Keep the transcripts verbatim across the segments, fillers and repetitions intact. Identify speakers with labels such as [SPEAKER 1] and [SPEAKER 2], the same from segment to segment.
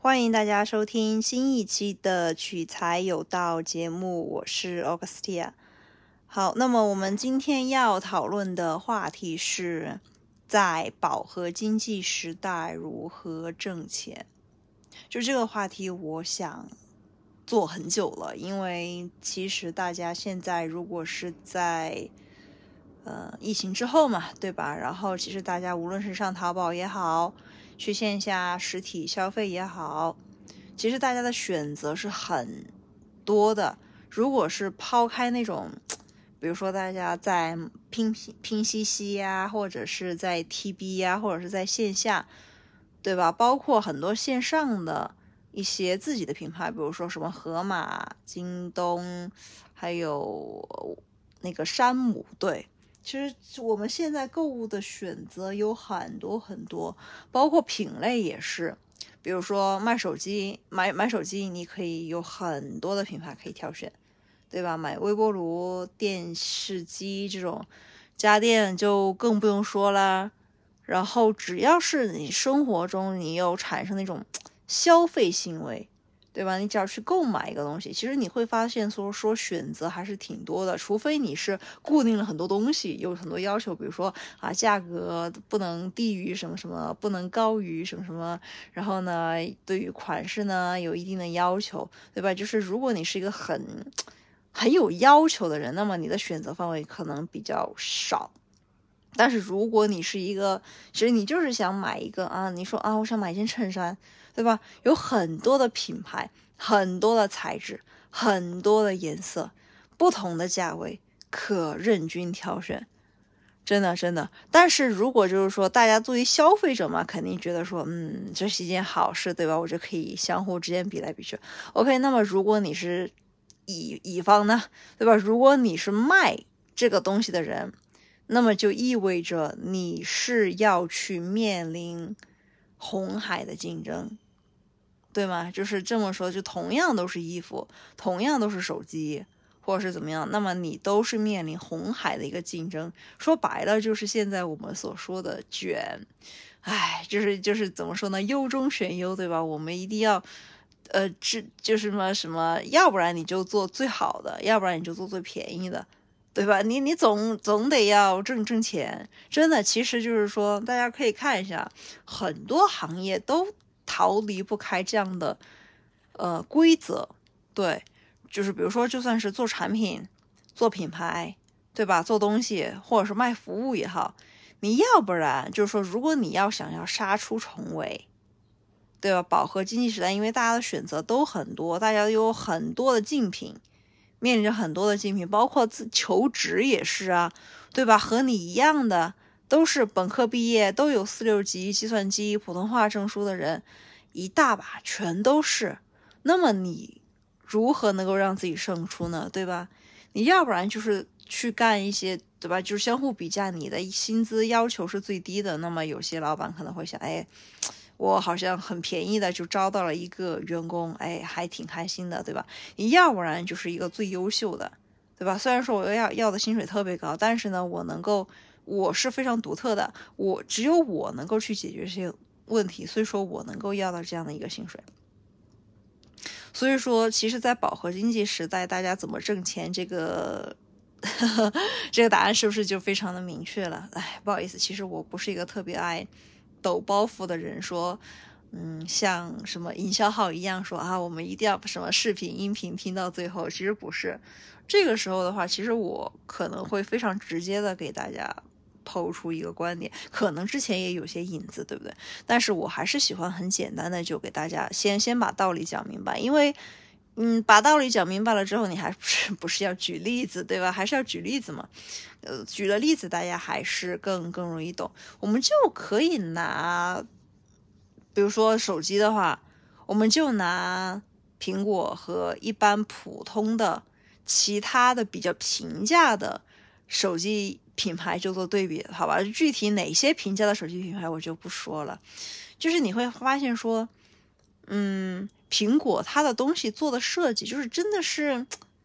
[SPEAKER 1] 欢迎大家收听新一期的取材有道节目，我是 Augustia。 好，那么我们今天要讨论的话题是在饱和经济时代如何挣钱。就这个话题我想做很久了，因为其实大家现在如果是在呃疫情之后嘛，对吧，然后其实大家无论是上淘宝也好，去线下实体消费也好，其实大家的选择是很多的。如果是抛开那种比如说大家在拼拼夕夕呀，或者是在 T B 呀，或者是在线下，对吧，包括很多线上的一些自己的品牌，比如说什么盒马、京东，还有那个山姆，对，其实我们现在购物的选择有很多很多，包括品类也是。比如说卖手机，买买手机你可以有很多的品牌可以挑选，对吧？买微波炉、电视机这种家电就更不用说啦。然后只要是你生活中你有产生那种消费行为，对吧？你只要去购买一个东西，其实你会发现说说选择还是挺多的，除非你是固定了很多东西，有很多要求，比如说啊，价格不能低于什么什么，不能高于什么什么，然后呢，对于款式呢有一定的要求，对吧？就是如果你是一个很很有要求的人，那么你的选择范围可能比较少。但是如果你是一个，其实你就是想买一个啊，你说啊，我想买一件衬衫，对吧？有很多的品牌，很多的材质，很多的颜色，不同的价位，可任君挑选。真的真的。但是如果就是说大家作为消费者嘛，肯定觉得说嗯，这是一件好事，对吧？我就可以相互之间比来比去。 OK， 那么如果你是乙乙方呢，对吧？如果你是卖这个东西的人，那么就意味着你是要去面临红海的竞争，对吗？就是这么说，就同样都是衣服，同样都是手机，或者是怎么样，那么你都是面临红海的一个竞争。说白了，就是现在我们所说的卷，哎，就是就是怎么说呢？优中选优，对吧？我们一定要，呃，这就是什么什么，要不然你就做最好的，要不然你就做最便宜的。对吧？你你总总得要挣挣钱，真的，其实就是说，大家可以看一下，很多行业都逃离不开这样的呃规则。对，就是比如说，就算是做产品、做品牌，对吧？做东西或者是卖服务也好，你要不然就是说，如果你要想要杀出重围，对吧？饱和经济时代，因为大家的选择都很多，大家有很多的竞品。面临着很多的竞品，包括自求职也是啊，对吧？和你一样的，都是本科毕业，都有四六级计算机普通话证书的人，一大把，全都是。那么你如何能够让自己胜出呢？对吧？你要不然就是去干一些，对吧？就是相互比价，你的薪资要求是最低的，那么有些老板可能会想，哎，我好像很便宜的就招到了一个员工，哎，还挺开心的，对吧？你要不然就是一个最优秀的，对吧？虽然说我要要的薪水特别高，但是呢，我能够，我是非常独特的，我只有我能够去解决这些问题，所以说我能够要到这样的一个薪水。所以说，其实，在饱和经济时代，大家怎么挣钱，这个这个答案是不是就非常的明确了？哎，不好意思，其实我不是一个特别爱抖包袱的人，说嗯，像什么营销号一样说啊，我们一定要什么视频音频听到最后，其实不是。这个时候的话，其实我可能会非常直接的给大家抛出一个观点，可能之前也有些引子，对不对？但是我还是喜欢很简单的就给大家先先把道理讲明白，因为嗯，把道理讲明白了之后，你还不是不是要举例子，对吧？还是要举例子嘛。呃，举了例子，大家还是更更容易懂。我们就可以拿，比如说手机的话，我们就拿苹果和一般普通的其他的比较平价的手机品牌就做对比，好吧？具体哪些平价的手机品牌我就不说了。就是你会发现说，嗯，苹果它的东西做的设计，就是真的是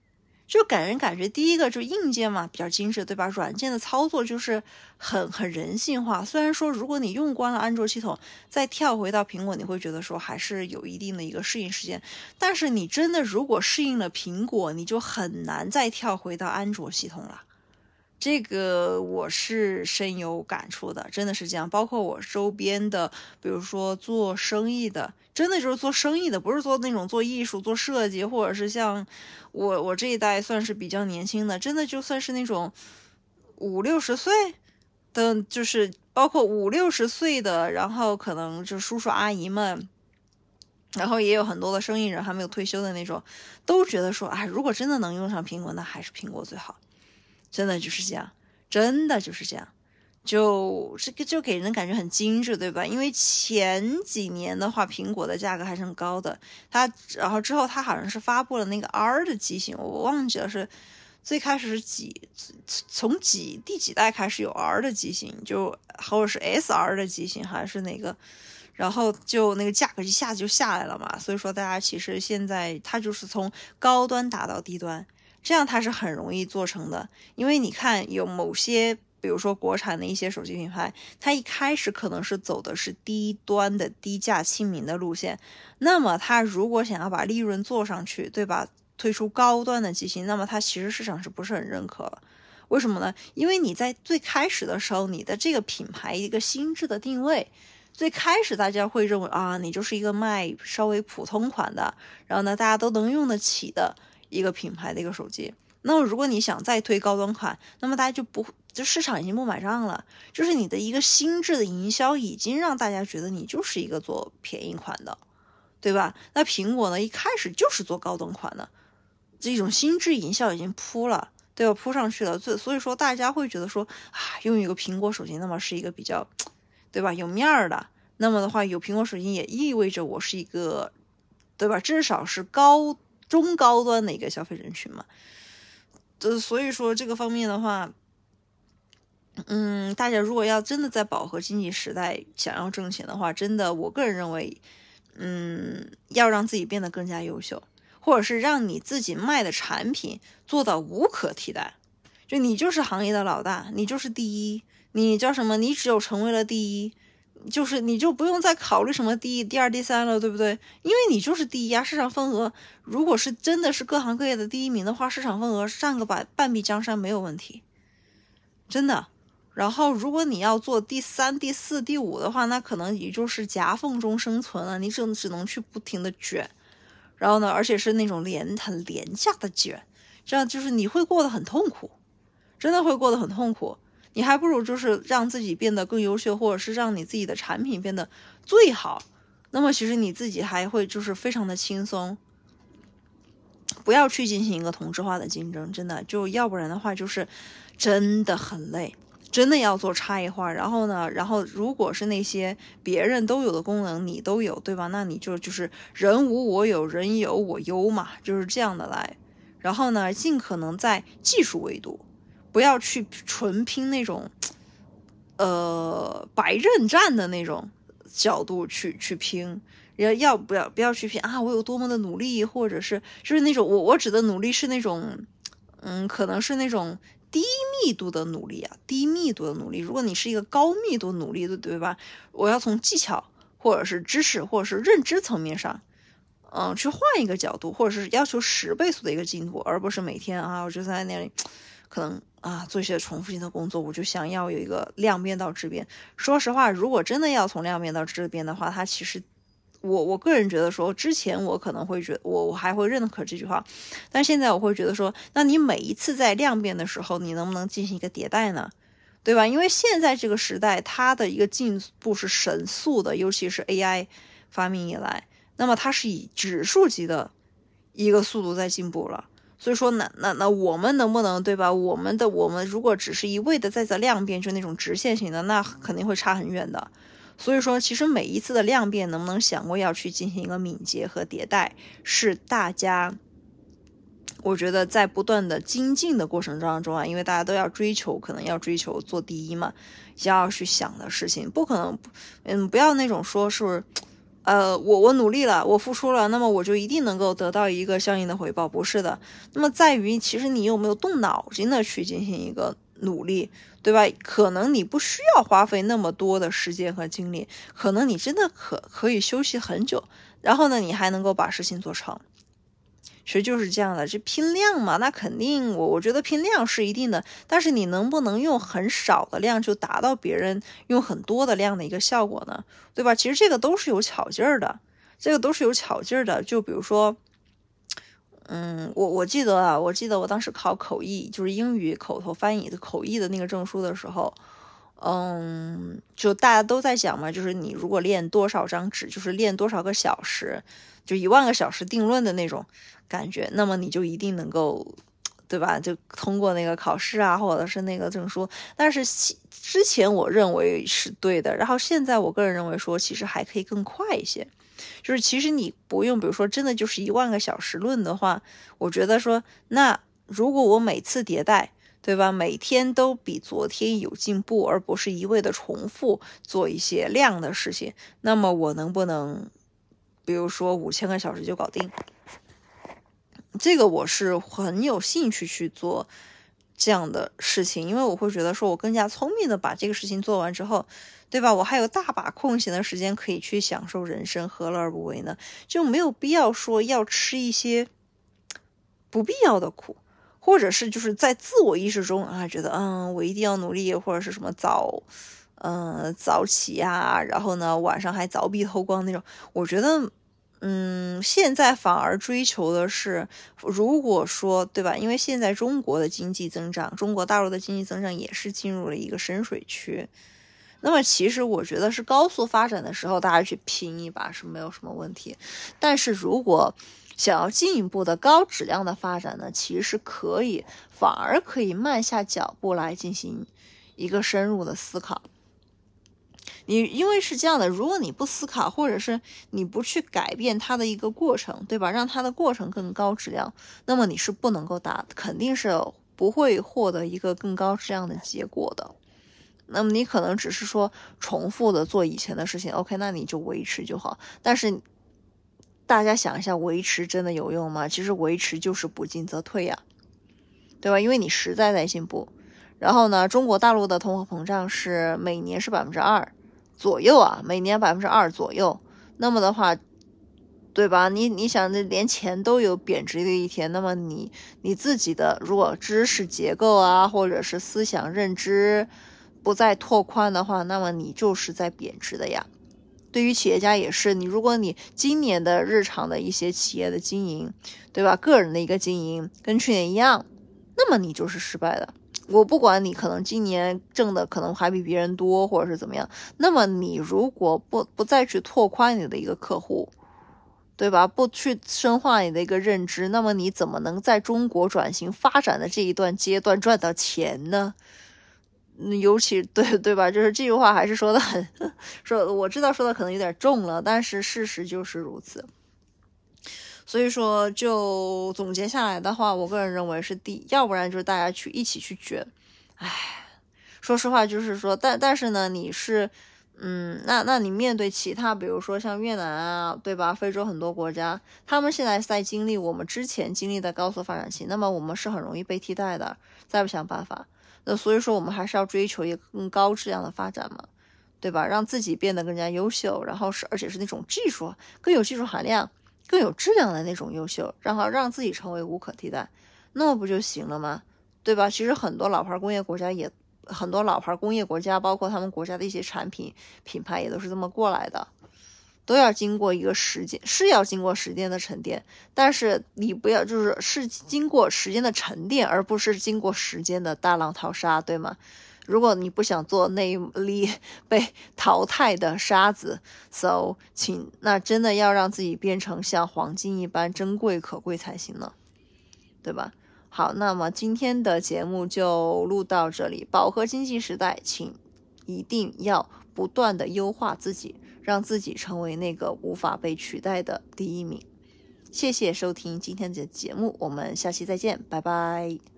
[SPEAKER 1] 就给人感觉第一个就硬件嘛比较精致，对吧？软件的操作就是很很人性化。虽然说如果你用惯了安卓系统，再跳回到苹果，你会觉得说还是有一定的一个适应时间。但是你真的如果适应了苹果，你就很难再跳回到安卓系统了。这个我是深有感触的，真的是这样。包括我周边的，比如说做生意的，真的就是做生意的，不是做那种做艺术、做设计，或者是像我我这一代算是比较年轻的，真的就算是那种五六十岁的，就是包括五六十岁的，然后可能就叔叔阿姨们。然后也有很多的生意人还没有退休的那种，都觉得说，哎，如果真的能用上苹果，那还是苹果最好。真的就是这样，真的就是这样，就这个就给人感觉很精致，对吧？因为前几年的话，苹果的价格还是很高的，它然后之后它好像是发布了那个 R 的机型，我忘记了是最开始是几从几第几代开始有 R 的机型，就或者是 S R 的机型还是哪个，然后就那个价格一下子就下来了嘛。所以说大家其实现在它就是从高端打到低端。这样它是很容易做成的，因为你看有某些，比如说国产的一些手机品牌，它一开始可能是走的是低端的低价亲民的路线，那么它如果想要把利润做上去，对吧？推出高端的机型，那么它其实市场是不是很认可了？为什么呢？因为你在最开始的时候，你的这个品牌一个心智的定位，最开始大家会认为啊，你就是一个卖稍微普通款的，然后呢大家都能用得起的一个品牌的一个手机。那么如果你想再推高端款，那么大家就不就市场已经不买账了，就是你的一个心智的营销已经让大家觉得你就是一个做便宜款的，对吧？那苹果呢一开始就是做高端款的，这种心智营销已经铺了，对吧？铺上去了，所以说大家会觉得说啊，用一个苹果手机那么是一个比较，对吧？有面儿的，那么的话有苹果手机也意味着我是一个，对吧？至少是高中高端的一个消费人群嘛。呃，所以说这个方面的话，嗯，大家如果要真的在饱和经济时代想要挣钱的话，真的，我个人认为，嗯，要让自己变得更加优秀，或者是让你自己卖的产品做到无可替代，就你就是行业的老大，你就是第一，你叫什么？你只有成为了第一，就是你就不用再考虑什么第一、第二、第三了，对不对？因为你就是第一啊，市场份额如果是真的是各行各业的第一名的话，市场份额占个半半壁江山没有问题，真的。然后如果你要做第三、第四、第五的话，那可能也就是夹缝中生存了，你只只能去不停的卷，然后呢，而且是那种廉很廉价的卷，这样就是你会过得很痛苦，真的会过得很痛苦。你还不如就是让自己变得更优秀，或者是让你自己的产品变得最好，那么其实你自己还会就是非常的轻松。不要去进行一个同质化的竞争，真的，就要不然的话就是真的很累，真的要做差异化。然后呢，然后如果是那些别人都有的功能你都有，对吧？那你就就是人无我有，人有我优嘛，就是这样的来。然后呢，尽可能在技术维度不要去纯拼那种呃白刃战的那种角度去去拼，要要不要不要去拼啊？我有多么的努力，或者是就是那种我我指的努力是那种嗯，可能是那种低密度的努力啊，低密度的努力。如果你是一个高密度努力的，对吧？我要从技巧或者是知识或者是认知层面上，嗯，去换一个角度，或者是要求十倍速的一个进步，而不是每天啊，我就在那里可能啊做一些重复性的工作，我就想要有一个量变到质变。说实话，如果真的要从量变到质变的话，它其实我我个人觉得说，之前我可能会觉得我我还会认可这句话，但现在我会觉得说，那你每一次在量变的时候，你能不能进行一个迭代呢？对吧？因为现在这个时代，它的一个进步是神速的，尤其是 A I 发明以来，那么它是以指数级的一个速度在进步了。所以说那那那我们能不能，对吧？我们的我们如果只是一味的在这量变，就那种直线型的，那肯定会差很远的。所以说，其实每一次的量变能不能想过要去进行一个敏捷和迭代，是大家我觉得在不断的精进的过程当中啊，因为大家都要追求，可能要追求做第一嘛，要去想的事情，不可能，嗯，不要那种说是， 呃，我我努力了，我付出了，那么我就一定能够得到一个相应的回报，不是的。那么在于其实你有没有动脑筋的去进行一个努力，对吧？可能你不需要花费那么多的时间和精力，可能你真的可可以休息很久，然后呢，你还能够把事情做成。其实就是这样的，这拼量嘛，那肯定我我觉得拼量是一定的，但是你能不能用很少的量就达到别人用很多的量的一个效果呢？对吧？其实这个都是有巧劲儿的，这个都是有巧劲儿的。就比如说，嗯，我我记得啊，我记得我当时考口译，就是英语口头翻译的口译的那个证书的时候，嗯，就大家都在讲嘛，就是你如果练多少张纸，就是练多少个小时，就一万个小时定论的那种感觉，那么你就一定能够，对吧？就通过那个考试啊，或者是那个证书。但是之前我认为是对的，然后现在我个人认为说，其实还可以更快一些。就是其实你不用，比如说真的就是一万个小时论的话，我觉得说，那如果我每次迭代，对吧？每天都比昨天有进步，而不是一味的重复做一些量的事情，那么我能不能，比如说五千个小时就搞定？这个我是很有兴趣去做这样的事情，因为我会觉得说我更加聪明的把这个事情做完之后，对吧？我还有大把空闲的时间可以去享受人生，何乐而不为呢？就没有必要说要吃一些不必要的苦，或者是就是在自我意识中啊，觉得嗯，我一定要努力，或者是什么早，嗯，早起呀，然后呢晚上还凿壁偷光那种，我觉得。嗯，现在反而追求的是，如果说，对吧？因为现在中国的经济增长，中国大陆的经济增长也是进入了一个深水区。那么，其实我觉得是高速发展的时候，大家去拼一把是没有什么问题。但是如果想要进一步的高质量的发展呢，其实可以，反而可以慢下脚步来进行一个深入的思考。你因为是这样的，如果你不思考，或者是你不去改变它的一个过程，对吧？让它的过程更高质量，那么你是不能够达，肯定是不会获得一个更高质量的结果的。那么你可能只是说重复的做以前的事情 ，OK， 那你就维持就好。但是大家想一下，维持真的有用吗？其实维持就是不进则退呀，对吧？因为你实在在进步。然后呢，中国大陆的通货膨胀是每年是百分之二。左右啊，每年百分之二左右，那么的话，对吧？你你想，这连钱都有贬值的一天，那么你你自己的如果知识结构啊，或者是思想认知不再拓宽的话，那么你就是在贬值的呀。对于企业家也是，你如果你今年的日常的一些企业的经营，对吧？个人的一个经营跟去年一样，那么你就是失败的。我不管你可能今年挣的可能还比别人多，或者是怎么样，那么你如果不不再去拓宽你的一个客户，对吧？不去深化你的一个认知，那么你怎么能在中国转型发展的这一段阶段赚到钱呢？嗯，尤其对对吧？就是这句话还是说的很，说我知道说的可能有点重了，但是事实就是如此。所以说，就总结下来的话，我个人认为是第，要不然就是大家去一起去卷。唉，说实话，就是说，但但是呢，你是，嗯，那那你面对其他，比如说像越南啊，对吧？非洲很多国家，他们现在在经历我们之前经历的高速发展期，那么我们是很容易被替代的，再不想办法。那所以说，我们还是要追求一个更高质量的发展嘛，对吧？让自己变得更加优秀，然后是而且是那种技术更有技术含量。更有质量的那种优秀，然后让自己成为无可替代，那么不就行了吗？对吧？其实很多老牌工业国家也，很多老牌工业国家，包括他们国家的一些产品品牌也都是这么过来的，都要经过一个时间，是要经过时间的沉淀，但是你不要就是是经过时间的沉淀，而不是经过时间的大浪淘沙，对吗？如果你不想做那粒被淘汰的沙子 ，so 请那真的要让自己变成像黄金一般珍贵可贵才行呢，对吧？好，那么今天的节目就录到这里。饱和经济时代，请一定要不断的优化自己，让自己成为那个无法被取代的第一名。谢谢收听今天的节目，我们下期再见，拜拜。